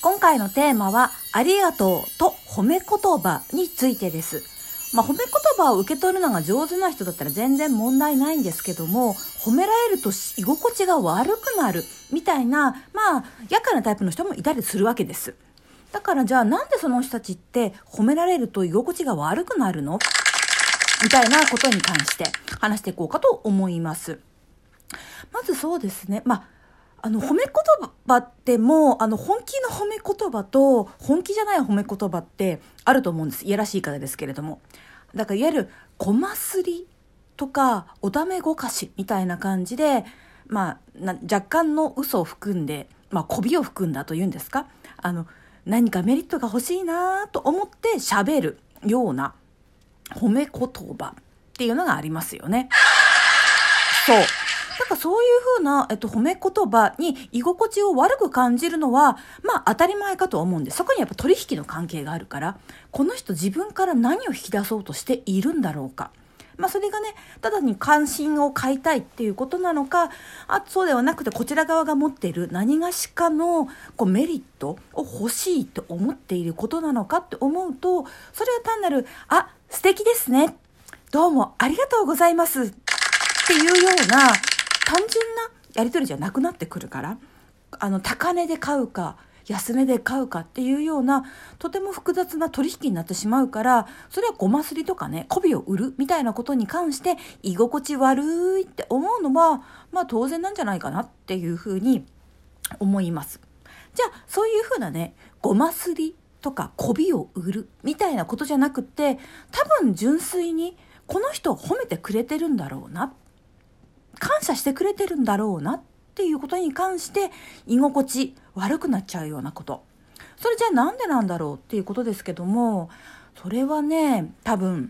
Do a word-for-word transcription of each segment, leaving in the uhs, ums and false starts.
今回のテーマはありがとうと褒め言葉についてです。まあ、褒め言葉を受け取るのが上手な人だったら全然問題ないんですけども、褒められると居心地が悪くなるみたいな、まあ厄介なタイプの人もいたりするわけです。だからじゃあなんでその人たちって褒められると居心地が悪くなるのみたいなことに関して話していこうかと思います。まずそうですね、まああの褒め言葉ってもあの本気の褒め言葉と本気じゃない褒め言葉ってあると思うんです。いやらしい方ですけれども、だからいわゆるごますりとかおだめごかしみたいな感じで、まあ、な若干の嘘を含んで、まあ、媚びを含んだというんですか、あの何かメリットが欲しいなと思って喋るような褒め言葉っていうのがありますよね。そうだからそういうふうな、えっと、褒め言葉に居心地を悪く感じるのは、まあ当たり前かと思うんです。そこにやっぱ取引の関係があるから、この人自分から何を引き出そうとしているんだろうか。まあそれがね、ただに関心を買いたいっていうことなのか、あそうではなくてこちら側が持っている何がしかのこうメリットを欲しいと思っていることなのかって思うと、それは単なる、あ、素敵ですね。どうもありがとうございます。っていうような単純なやり取りじゃなくなってくるから、あの高値で買うか安値で買うかっていうようなとても複雑な取引になってしまうから、それはごますりとかね、媚びを売るみたいなことに関して居心地悪いって思うのはまあ当然なんじゃないかなっていうふうに思います。じゃあそういうふうなね、ごますりとか媚びを売るみたいなことじゃなくて、多分純粋にこの人を褒めてくれてるんだろうな、感謝してくれてるんだろうなっていうことに関して居心地悪くなっちゃうようなこと、それじゃあなんでなんだろうっていうことですけども、それはね、多分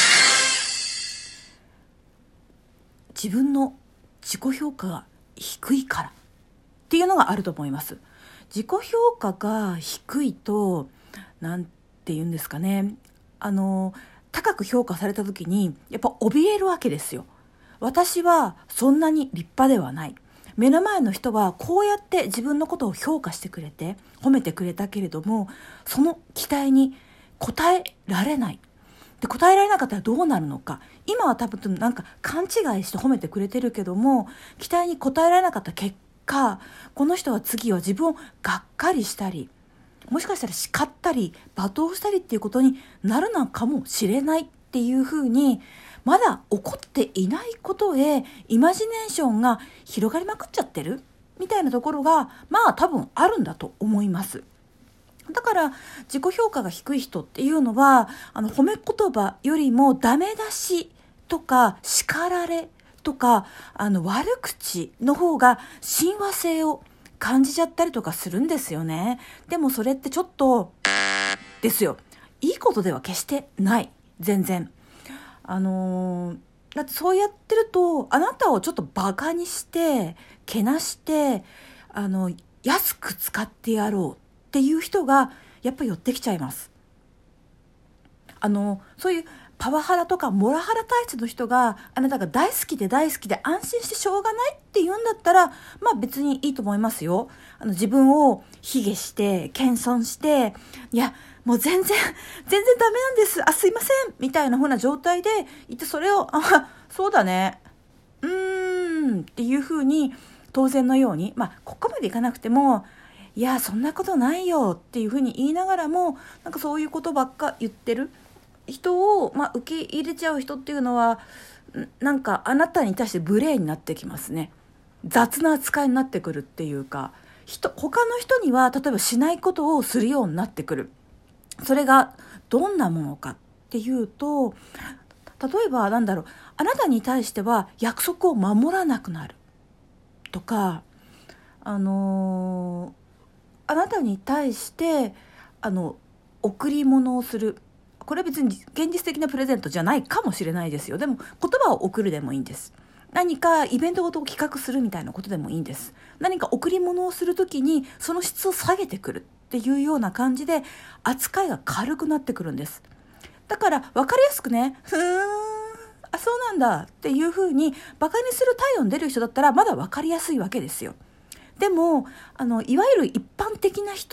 自分の自己評価が低いからっていうのがあると思います。自己評価が低いと、なんて言うんですかね、あの高く評価された時にやっぱ怯えるわけですよ。私はそんなに立派ではない。目の前の人はこうやって自分のことを評価してくれて褒めてくれたけれども、その期待に応えられない。で、応えられなかったらどうなるのか。今は多分なんか勘違いして褒めてくれてるけども、期待に応えられなかった結果、この人は次は自分をがっかりしたり、もしかしたら叱ったり罵倒したりっていうことになるのかもしれないっていうふうに、まだ起こっていないことへイマジネーションが広がりまくっちゃってるみたいなところがまあ多分あるんだと思います。だから自己評価が低い人っていうのは、あの褒め言葉よりもダメ出しとか叱られとかあの悪口の方が親和性を感じちゃったりとかするんですよね。でもそれってちょっとですよ、いいことでは決してない。全然あのー、だってそうやってるとあなたをちょっとバカにしてけなしてあの安く使ってやろうっていう人がやっぱり寄ってきちゃいます。あのそういうパワハラとかモラハラ体質の人があなたが大好きで大好きで安心してしょうがないって言うんだったら、まあ別にいいと思いますよ。あの自分を卑下して謙遜して、いやもう全然全然ダメなんです、あすいませんみたいな風な状態で言って、それをあそうだねうーんっていう風に当然のように、まあここまでいかなくても、いやそんなことないよっていう風に言いながらも、なんかそういうことばっか言ってる人を、まあ、受け入れちゃう人っていうのは、なんかあなたに対して無礼になってきますね。雑な扱いになってくるっていうか、人他の人には例えばしないことをするようになってくる。それがどんなものかっていうと、例えばなんだろう、あなたに対しては約束を守らなくなるとか、あのー、あなたに対してあの贈り物をする。これは別に現実的なプレゼントじゃないかもしれないですよ。でも言葉を贈るでもいいんです。何かイベントごとを企画するみたいなことでもいいんです。何か贈り物をするときにその質を下げてくるっていうような感じで扱いが軽くなってくるんです。だから分かりやすくね、ふーんあそうなんだっていうふうにバカにする体温出る人だったらまだ分かりやすいわけですよ。でもあのいわゆる一般的な人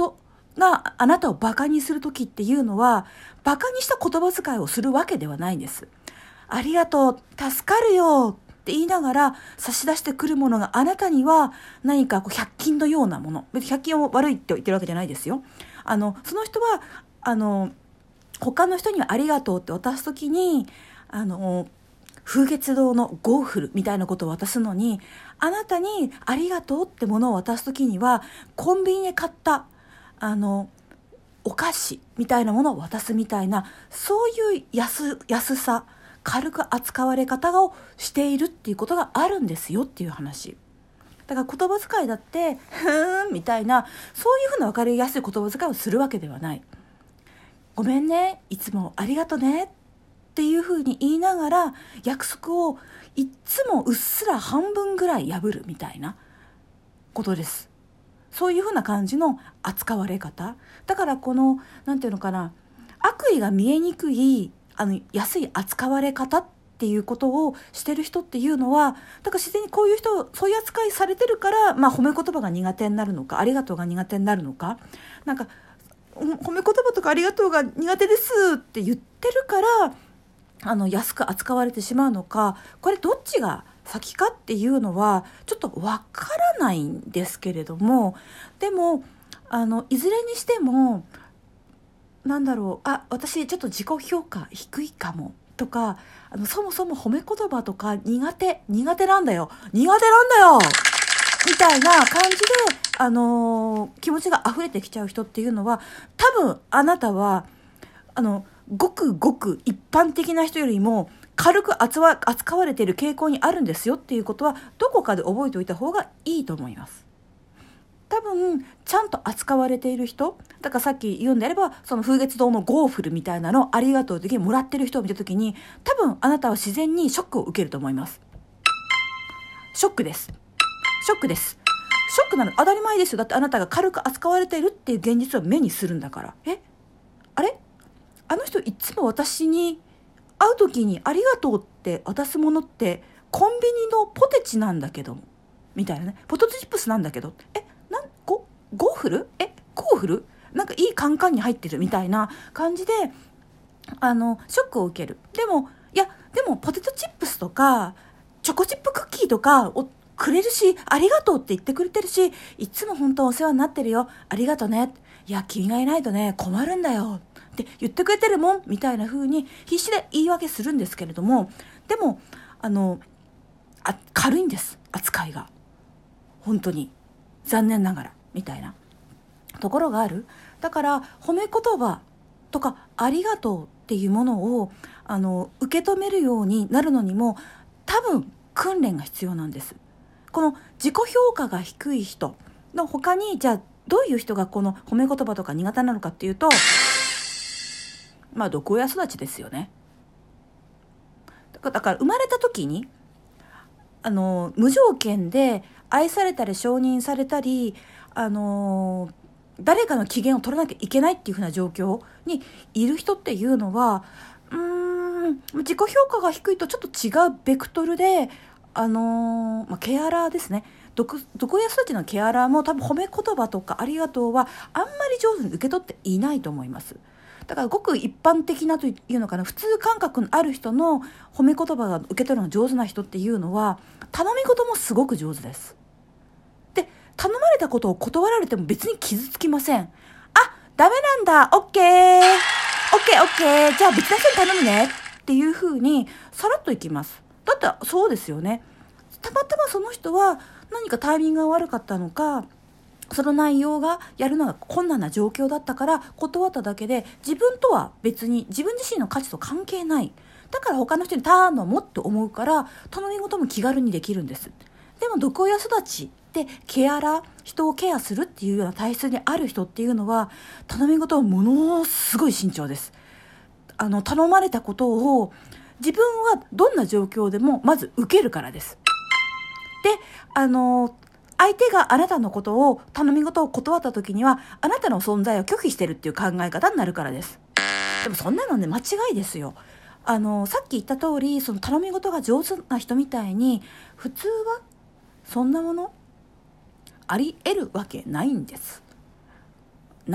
があなたをバカにする時っていうのは、バカにした言葉遣いをするわけではないんです。ありがとう、助かるよって言いながら差し出してくるものが、あなたには何かこうひゃく均のようなもの、別にひゃく均を悪いって言ってるわけじゃないですよ。あのその人はあの他の人にはありがとうって渡すときに、あの風月堂のゴーフルみたいなことを渡すのに、あなたにありがとうってものを渡すときには、コンビニで買ったあのお菓子みたいなものを渡すみたいな、そういう安安さ、軽く扱われ方をしているっていうことがあるんですよっていう話。だから言葉遣いだってふーんみたいな、そういうふうな分かりやすい言葉遣いをするわけではない。ごめんね、いつもありがとねっていうふうに言いながら、約束をいつもうっすら半分ぐらい破るみたいなことです。そういうふうな感じの扱われ方だから、このなんていうのかな、悪意が見えにくいあの安い扱われ方っていうことをしてる人っていうのは、だから自然にこういう人、そういう扱いされてるから、まあ褒め言葉が苦手になるのか、ありがとうが苦手になるのか、なんか褒め言葉とかありがとうが苦手ですって言ってるから、あの安く扱われてしまうのか、これどっちが先かっていうのはちょっとわからないんですけれども、でもあのいずれにしても、なんだろう、あ、私ちょっと自己評価低いかもとか、あのそもそも褒め言葉とか苦手苦手なんだよ苦手なんだよみたいな感じで、あのー、気持ちが溢れてきちゃう人っていうのは、多分あなたはあのごくごく一般的な人よりも軽く扱わ、扱われている傾向にあるんですよっていうことは、どこかで覚えておいた方がいいと思います。多分ちゃんと扱われている人だから、さっき言うんであれば、その風月堂のゴーフルみたいなのをありがとうという時にもらってる人を見た時に、多分あなたは自然にショックを受けると思います。ショックですショックですショックなの当たり前ですよ。だってあなたが軽く扱われているっていう現実を目にするんだから。えあれあの人いつも私に会う時にありがとうって渡すものってコンビニのポテチなんだけどみたいなね、ポテトチップスなんだけど、えなんゴゴーフルえゴーフルなんかいいカンカンに入ってるみたいな感じで、あのショックを受ける。でもいやでもポテトチップスとかチョコチップクッキーとかをくれるし、ありがとうって言ってくれてるし、いつも本当お世話になってるよ、ありがとね、いや君がいないとね困るんだよって言ってくれてるもんみたいな風に必死で言い訳するんですけれども、でもあのあ軽いんです、扱いが。本当に残念ながらみたいなところがある。だから褒め言葉とかありがとうっていうものをあの受け止めるようになるのにも、多分訓練が必要なんです。この自己評価が低い人の他に、じゃあどういう人がこの褒め言葉とか苦手なのかっていうと、まあ毒親育ちですよね。だから、だから生まれた時にあの無条件で愛されたり承認されたり、あの誰かの機嫌を取らなきゃいけないっていう風な状況にいる人っていうのは、うーん自己評価が低いとちょっと違うベクトルで、あのーまあ、ケアラーですね。毒親育ちのケアラーも多分褒め言葉とかありがとうはあんまり上手に受け取っていないと思います。だからごく一般的なというのかな、普通感覚のある人の褒め言葉が受け取るのが上手な人っていうのは、頼み事もすごく上手です。で頼まれたことを断られても別に傷つきません。あ、ダメなんだ、オッケーオッケーオッケー、じゃあ別な人に頼むねっていう風にさらっといきます。だってそうですよね。たまたまその人は何かタイミングが悪かったのか、その内容がやるのが困難な状況だったから断っただけで、自分とは別に自分自身の価値と関係ない。だから他の人に頼むのもって思うから頼み事も気軽にできるんです。でも毒親育ちでケアラー、人をケアするっていうような体質にある人っていうのは、頼み事はものすごい慎重です。あの頼まれたことを自分はどんな状況でもまず受けるからです。であの相手があなたのことを頼み事を断った時には、あなたの存在を拒否してるっていう考え方になるからです。でもそんなのね間違いですよ。あのさっき言った通り、その頼み事が上手な人みたいに普通はそんなものあり得るわけないんです。ない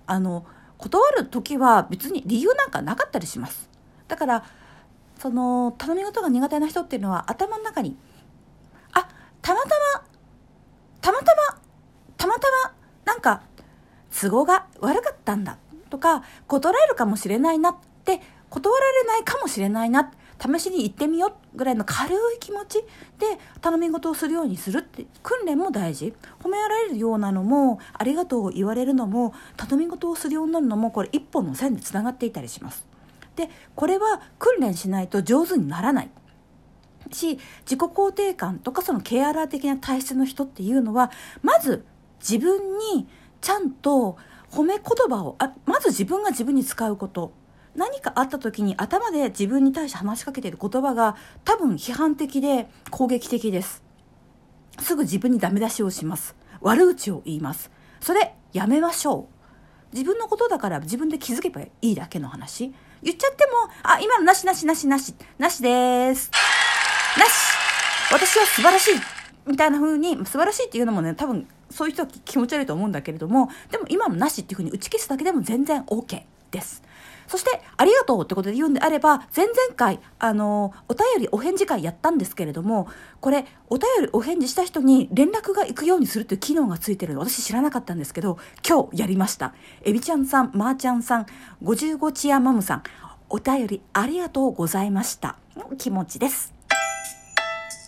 あの断る時は別に理由なんかなかったりします。だからその頼み事が苦手な人っていうのは頭の中にあたまたまたまたまたまたまなんか都合が悪かったんだとか、断れるかもしれないなって断られないかもしれないな、試しに行ってみようぐらいの軽い気持ちで頼み事をするようにするって訓練も大事。褒められるようなのもありがとうを言われるのも頼み事をするようになるのも、これ一本の線でつながっていたりします。でこれは訓練しないと上手にならないし、自己肯定感とかそのケアラー的な体質の人っていうのは、まず自分にちゃんと褒め言葉をあまず自分が自分に使うこと、何かあった時に頭で自分に対して話しかけている言葉が多分批判的で攻撃的です。すぐ自分にダメ出しをします。悪口を言います。それやめましょう。自分のことだから自分で気づけばいいだけの話。言っちゃってもあ今のなしなしなしなしなしですなし、私は素晴らしいみたいな風に、素晴らしいっていうのもね、多分そういう人は気持ち悪いと思うんだけれども、でも今のなしっていう風に打ち消すだけでも全然 OK です。そしてありがとうってことで言うんであれば、前々回あのお便りお返事会やったんですけれども、これお便りお返事した人に連絡が行くようにするっていう機能がついてるの私知らなかったんですけど、今日やりました。エビちゃんさん、マーちゃんさん、ごじゅうごチアマムさん、お便りありがとうございましたの気持ちです。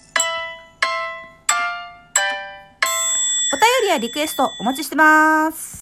お便りやリクエストお待ちしてます。